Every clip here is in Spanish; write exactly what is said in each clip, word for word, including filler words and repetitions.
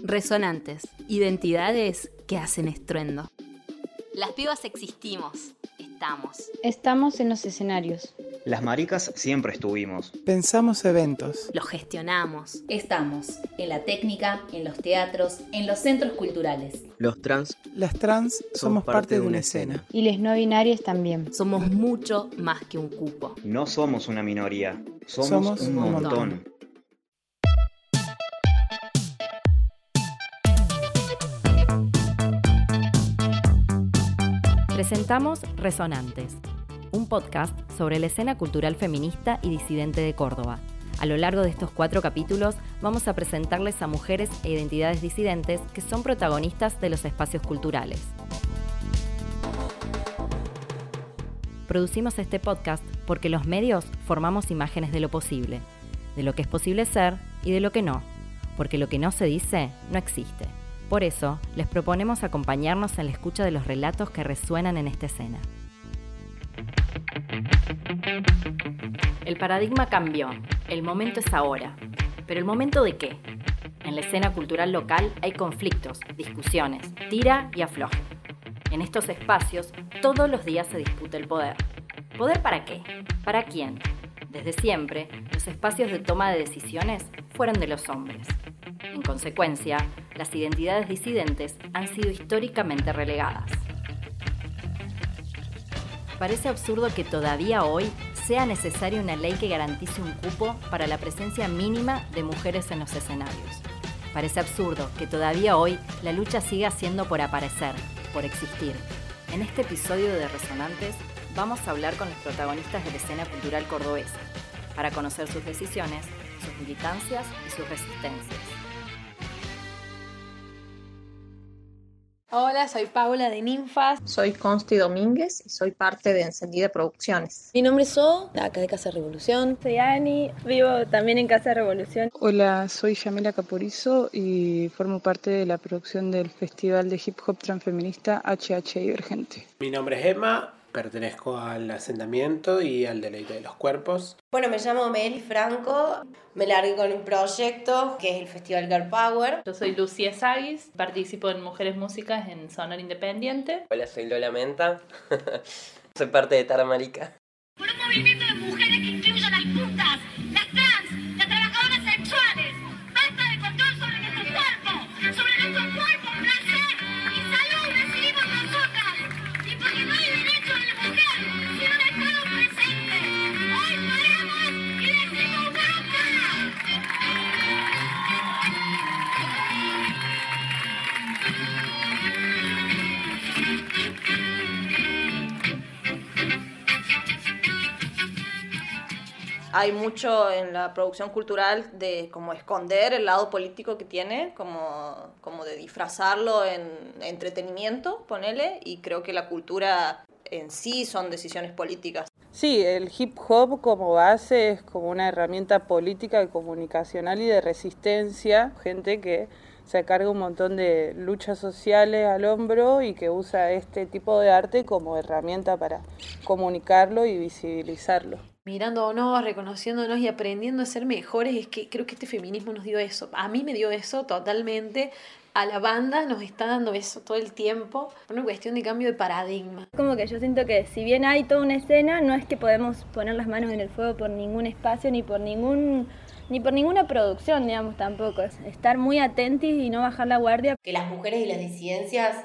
Resonantes, identidades que hacen estruendo. Las pibas existimos, estamos. Estamos en los escenarios. Las maricas siempre estuvimos. Pensamos eventos. Los gestionamos. Estamos en la técnica, en los teatros, en los centros culturales. Los trans. Las trans somos parte de una escena. Y les no binarias también. Somos mucho más que un cupo. No somos una minoría, somos, Somos un un montón. montón. Presentamos Resonantes, un podcast sobre la escena cultural feminista y disidente de Córdoba. A lo largo de estos cuatro capítulos vamos a presentarles a mujeres e identidades disidentes que son protagonistas de los espacios culturales. Producimos este podcast porque los medios formamos imágenes de lo posible, de lo que es posible ser y de lo que no, porque lo que no se dice no existe. Por eso, les proponemos acompañarnos en la escucha de los relatos que resuenan en esta escena. El paradigma cambió, el momento es ahora. ¿Pero el momento de qué? En la escena cultural local hay conflictos, discusiones, tira y afloje. En estos espacios, todos los días se disputa el poder. ¿Poder para qué? ¿Para quién? Desde siempre, los espacios de toma de decisiones fueron de los hombres. En consecuencia, las identidades disidentes han sido históricamente relegadas. Parece absurdo que todavía hoy sea necesaria una ley que garantice un cupo para la presencia mínima de mujeres en los escenarios. Parece absurdo que todavía hoy la lucha siga siendo por aparecer, por existir. En este episodio de Resonantes vamos a hablar con los protagonistas de la escena cultural cordobesa, para conocer sus decisiones, sus militancias y sus resistencias. Hola, soy Paula de Ninfas. Soy Consti Domínguez y soy parte de Encendida Producciones. Mi nombre es So, de acá de Casa Revolución. Soy Ani, vivo también en Casa Revolución. Hola, soy Yamila Caporizo y formo parte de la producción del Festival de Hip Hop Transfeminista H H Divergente. Mi nombre es Emma, pertenezco al asentamiento y al deleite de los cuerpos. Bueno, me llamo Meli Franco, me largué con un proyecto que es el Festival Girl Power. Yo soy Lucía Saguis, participo en Mujeres Músicas en Sonora Independiente. Hola, soy Lola Menta, soy parte de Tara Marica. Por un movimiento de mujeres que incluya a las putas, las trans, las trabajadoras sexuales. Basta de control sobre nuestro cuerpo, sobre nuestro cuerpo, placer y salud decidimos nosotras. Y porque no hay derecho de la mujer, sino un Estado presente. Hoy paramos y decimos basta. Hay mucho en la producción cultural de como esconder el lado político que tiene, como, como de disfrazarlo en entretenimiento, ponele, y creo que la cultura en sí son decisiones políticas. Sí, el hip hop como base es como una herramienta política y comunicacional y de resistencia, gente que se carga un montón de luchas sociales al hombro y que usa este tipo de arte como herramienta para comunicarlo y visibilizarlo. Mirándonos, reconociéndonos y aprendiendo a ser mejores, es que creo que este feminismo nos dio eso. A mí me dio eso totalmente. A la banda nos está dando eso todo el tiempo. Por una cuestión de cambio de paradigma. Como que yo siento que si bien hay toda una escena, no es que podemos poner las manos en el fuego por ningún espacio ni por ningún ni por ninguna producción, digamos, tampoco. Es estar muy atentos y no bajar la guardia. Que las mujeres y las disidencias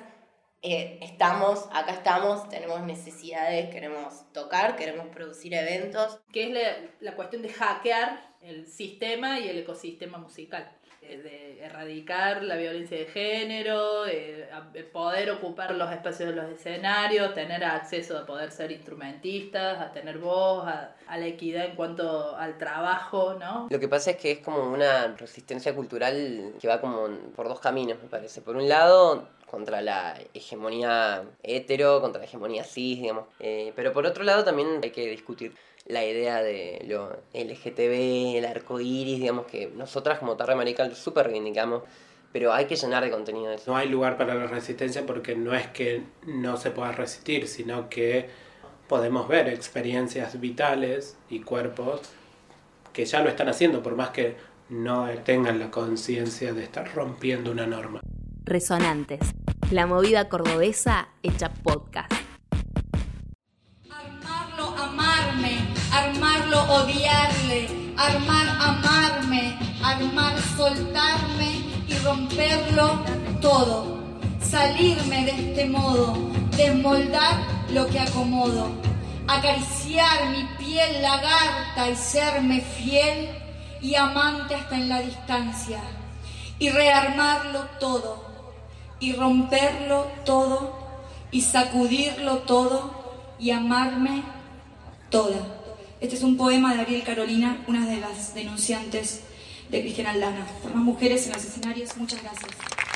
eh, estamos, acá estamos, tenemos necesidades, queremos tocar, queremos producir eventos. Que es la, la cuestión de hackear el sistema y el ecosistema musical. De erradicar la violencia de género, de poder ocupar los espacios de los escenarios, tener acceso a poder ser instrumentistas, a tener voz, a, a la equidad en cuanto al trabajo, ¿no? Lo que pasa es que es como una resistencia cultural que va como por dos caminos, me parece. Por un lado, contra la hegemonía hetero, contra la hegemonía cis, digamos. Eh, pero por otro lado también hay que discutir la idea de lo L G T B, el arco iris, digamos que nosotras como Tara Marica lo súper reivindicamos, pero hay que llenar de contenido eso. No hay lugar para la resistencia porque no es que no se pueda resistir, sino que podemos ver experiencias vitales y cuerpos que ya lo están haciendo, por más que no tengan la conciencia de estar rompiendo una norma. Resonantes, la movida cordobesa hecha podcast. Armarlo, amarme, armarlo, odiarle, armar, amarme, armar, soltarme y romperlo todo. Salirme de este modo, desmoldar lo que acomodo, acariciar mi piel lagarta y serme fiel y amante hasta en la distancia, y rearmarlo todo, y romperlo todo, y sacudirlo todo, y amarme toda. Este es un poema de Ariel Carolina, una de las denunciantes de Cristian Aldana. Por más mujeres en los escenarios, muchas gracias.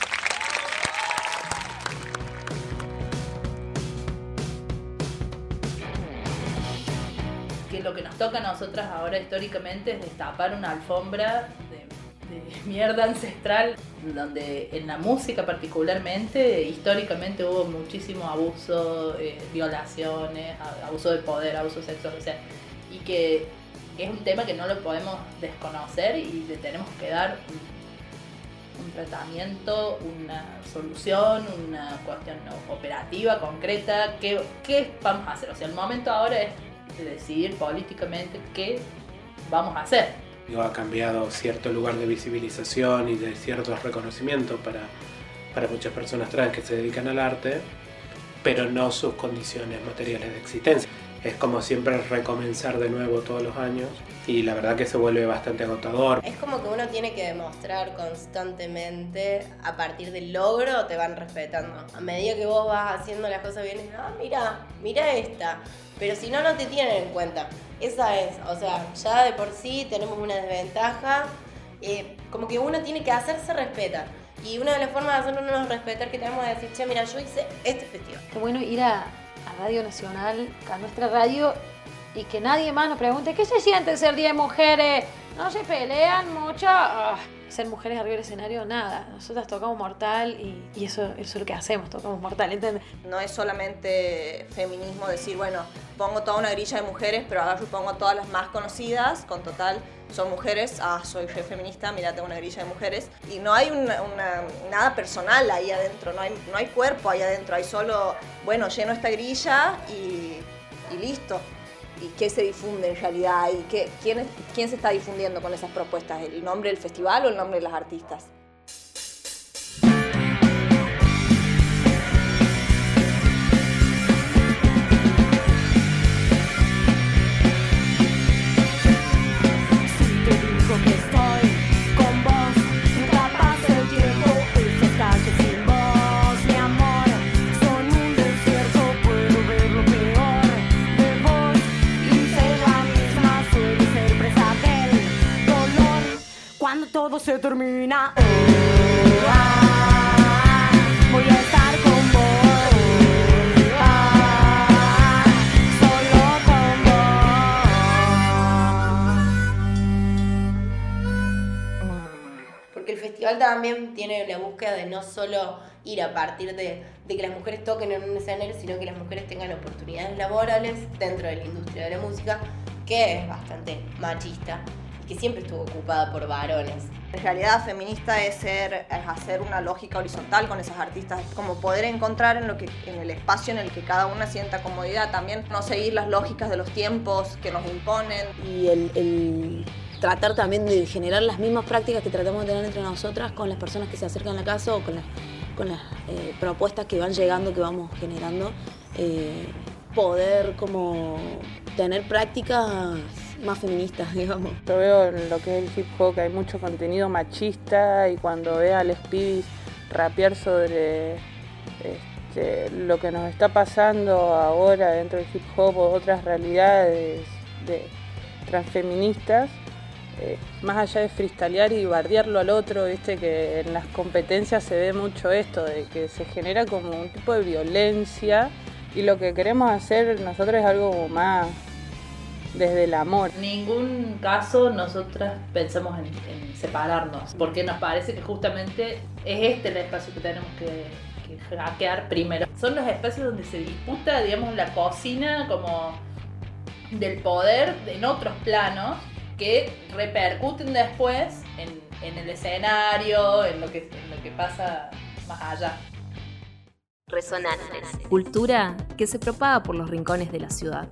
Que lo que nos toca a nosotras ahora históricamente es destapar una alfombra de, de mierda ancestral, donde en la música particularmente, históricamente hubo muchísimo abuso, eh, violaciones, abuso de poder, abuso sexual, o sea, y que es un tema que no lo podemos desconocer y le tenemos que dar un, un tratamiento, una solución, una cuestión operativa, concreta. ¿Qué, qué vamos a hacer? O sea, el momento ahora es de decidir políticamente qué vamos a hacer. Ha cambiado cierto lugar de visibilización y de ciertos reconocimientos para, para muchas personas trans que se dedican al arte, pero no sus condiciones materiales de existencia. Es como siempre recomenzar de nuevo todos los años y la verdad que se vuelve bastante agotador. Es como que uno tiene que demostrar constantemente, a partir del logro te van respetando. A medida que vos vas haciendo las cosas bien, ah, mira, mira esta. Pero si no, no te tienen en cuenta. Esa es, o sea, ya de por sí tenemos una desventaja. Eh, como que uno tiene que hacerse respetar. Y una de las formas de hacernos respetar que tenemos es decir, che, mira, yo hice este festival. Qué bueno ir a, a Radio Nacional, a nuestra radio, y que nadie más nos pregunte, ¿qué se siente ser Día de Mujeres? ¿No se pelean mucho? Oh, ser mujeres arriba del escenario, nada. Nosotras tocamos Mortal y, y eso, eso es lo que hacemos, tocamos Mortal, ¿entiendes? No es solamente feminismo decir, bueno, pongo toda una grilla de mujeres, pero ahora yo pongo todas las más conocidas, con total, son mujeres, ah, soy re feminista, mira, tengo una grilla de mujeres. Y no hay una, una, nada personal ahí adentro, no hay, no hay cuerpo ahí adentro, hay solo, bueno, lleno esta grilla y, y listo. ¿Y qué se difunde en realidad? ¿Y qué, quién, es, quién se está difundiendo con esas propuestas? ¿El nombre del festival o el nombre de las artistas? Todo se termina. Oh, ah, voy a estar con vos. Ah, solo con vos. Porque el festival también tiene la búsqueda de no solo ir a partir de, de que las mujeres toquen en un escenario, sino que las mujeres tengan oportunidades laborales dentro de la industria de la música, que es bastante machista, que siempre estuvo ocupada por varones. En realidad feminista es, ser, es hacer una lógica horizontal con esas artistas, es como poder encontrar en, lo que, en el espacio en el que cada una sienta comodidad, también no seguir las lógicas de los tiempos que nos imponen. Y el, el tratar también de generar las mismas prácticas que tratamos de tener entre nosotras con las personas que se acercan a la casa o con las, con las eh, propuestas que van llegando, que vamos generando, eh, poder como tener prácticas más feministas, digamos. Yo veo en lo que es el hip hop que hay mucho contenido machista y cuando veo a les pibis rapear sobre este, lo que nos está pasando ahora dentro del hip hop o otras realidades de transfeministas, eh, más allá de freestylear y bardearlo al otro, viste que en las competencias se ve mucho esto, de que se genera como un tipo de violencia y lo que queremos hacer nosotros es algo más desde el amor. En ningún caso nosotras pensamos en, en separarnos, porque nos parece que justamente es este el espacio que tenemos que, que hackear primero. Son los espacios donde se disputa, digamos, la cocina como del poder en otros planos, que repercuten después en, en el escenario, en lo que, en lo que pasa más allá. Resonantes. Cultura que se propaga por los rincones de la ciudad.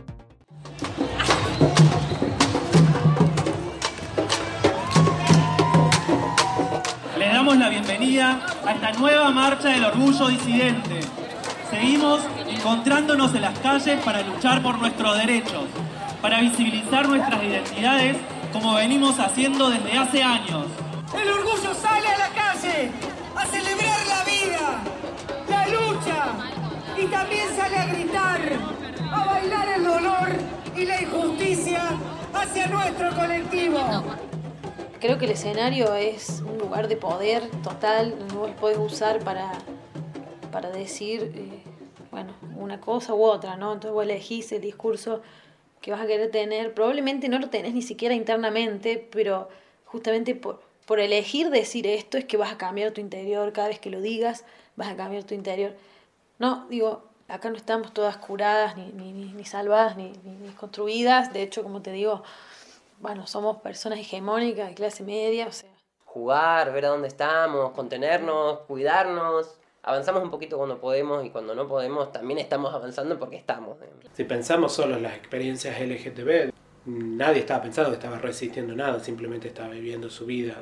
Les damos la bienvenida a esta nueva marcha del orgullo disidente. Seguimos encontrándonos en las calles para luchar por nuestros derechos, para visibilizar nuestras identidades como venimos haciendo desde hace años. El orgullo sale a la calle a celebrar la vida, la lucha, y también sale a gritar, a bailar el dolor y la injusticia hacia nuestro colectivo. Creo que el escenario es un lugar de poder total, no vos lo podés usar para, para decir, eh, bueno, una cosa u otra, ¿no? Entonces vos elegís el discurso que vas a querer tener, probablemente no lo tenés ni siquiera internamente, pero justamente por, por elegir decir esto es que vas a cambiar tu interior, cada vez que lo digas vas a cambiar tu interior. No, digo, acá no estamos todas curadas, ni, ni, ni, ni salvadas, ni, ni, ni construidas, de hecho, como te digo, bueno, somos personas hegemónicas de clase media, o sea. Jugar, ver a dónde estamos, contenernos, cuidarnos. Avanzamos un poquito cuando podemos y cuando no podemos también estamos avanzando porque estamos. Si pensamos solo en las experiencias L G T B, nadie estaba pensando que estaba resistiendo nada, simplemente estaba viviendo su vida.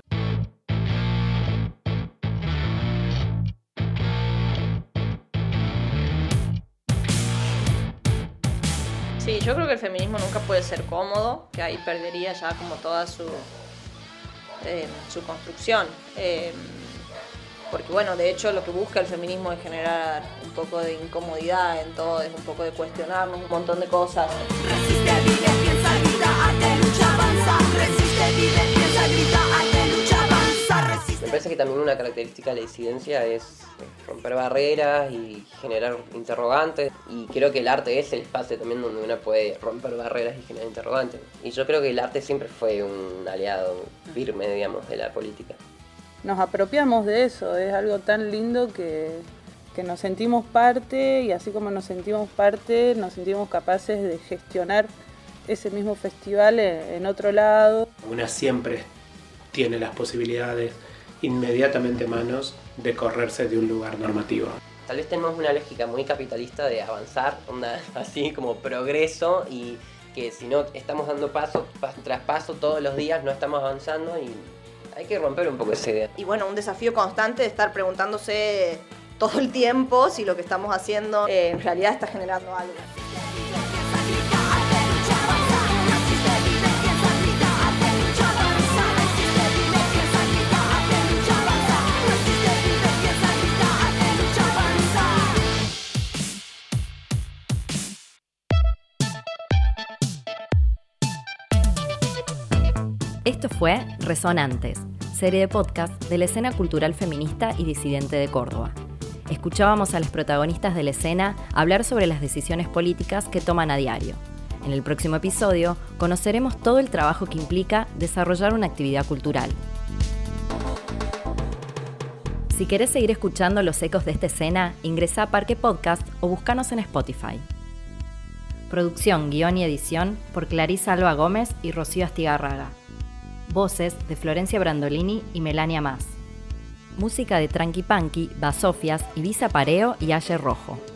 Sí, yo creo que el feminismo nunca puede ser cómodo, que ahí perdería ya como toda su, eh, su construcción. Eh, porque bueno, de hecho lo que busca el feminismo es generar un poco de incomodidad en todo, es un poco de cuestionarnos un montón de cosas. Resiste, vive, piensa, grita, arte, lucha, avanza. Resiste, vive, piensa, grita, arte, lucha, avanza. Resiste. Me parece que también una característica de la disidencia es romper barreras y generar interrogantes, y creo que el arte es el espacio también donde uno puede romper barreras y generar interrogantes, y yo creo que el arte siempre fue un aliado firme, digamos, de la política. Nos apropiamos de eso, es algo tan lindo que, que nos sentimos parte, y así como nos sentimos parte, nos sentimos capaces de gestionar ese mismo festival en, en otro lado. Una siempre tiene las posibilidades inmediatamente a manos de correrse de un lugar normativo. Tal vez tenemos una lógica muy capitalista de avanzar, una, así como progreso, y que si no estamos dando paso tras paso todos los días no estamos avanzando, y hay que romper un poco esa idea. Y bueno, un desafío constante de estar preguntándose todo el tiempo si lo que estamos haciendo eh, en realidad está generando algo. Esto fue Resonantes, serie de podcast de la escena cultural feminista y disidente de Córdoba. Escuchábamos a las protagonistas de la escena hablar sobre las decisiones políticas que toman a diario. En el próximo episodio conoceremos todo el trabajo que implica desarrollar una actividad cultural. Si querés seguir escuchando los ecos de esta escena, ingresá a Parque Podcast o búscanos en Spotify. Producción, guión y edición por Clarisa Alba Gómez y Rocío Astigarraga. Voces de Florencia Brandolini y Melania Mas. Música de Tranqui Panqui, Basofias, Ibiza Pareo y Ayer Rojo.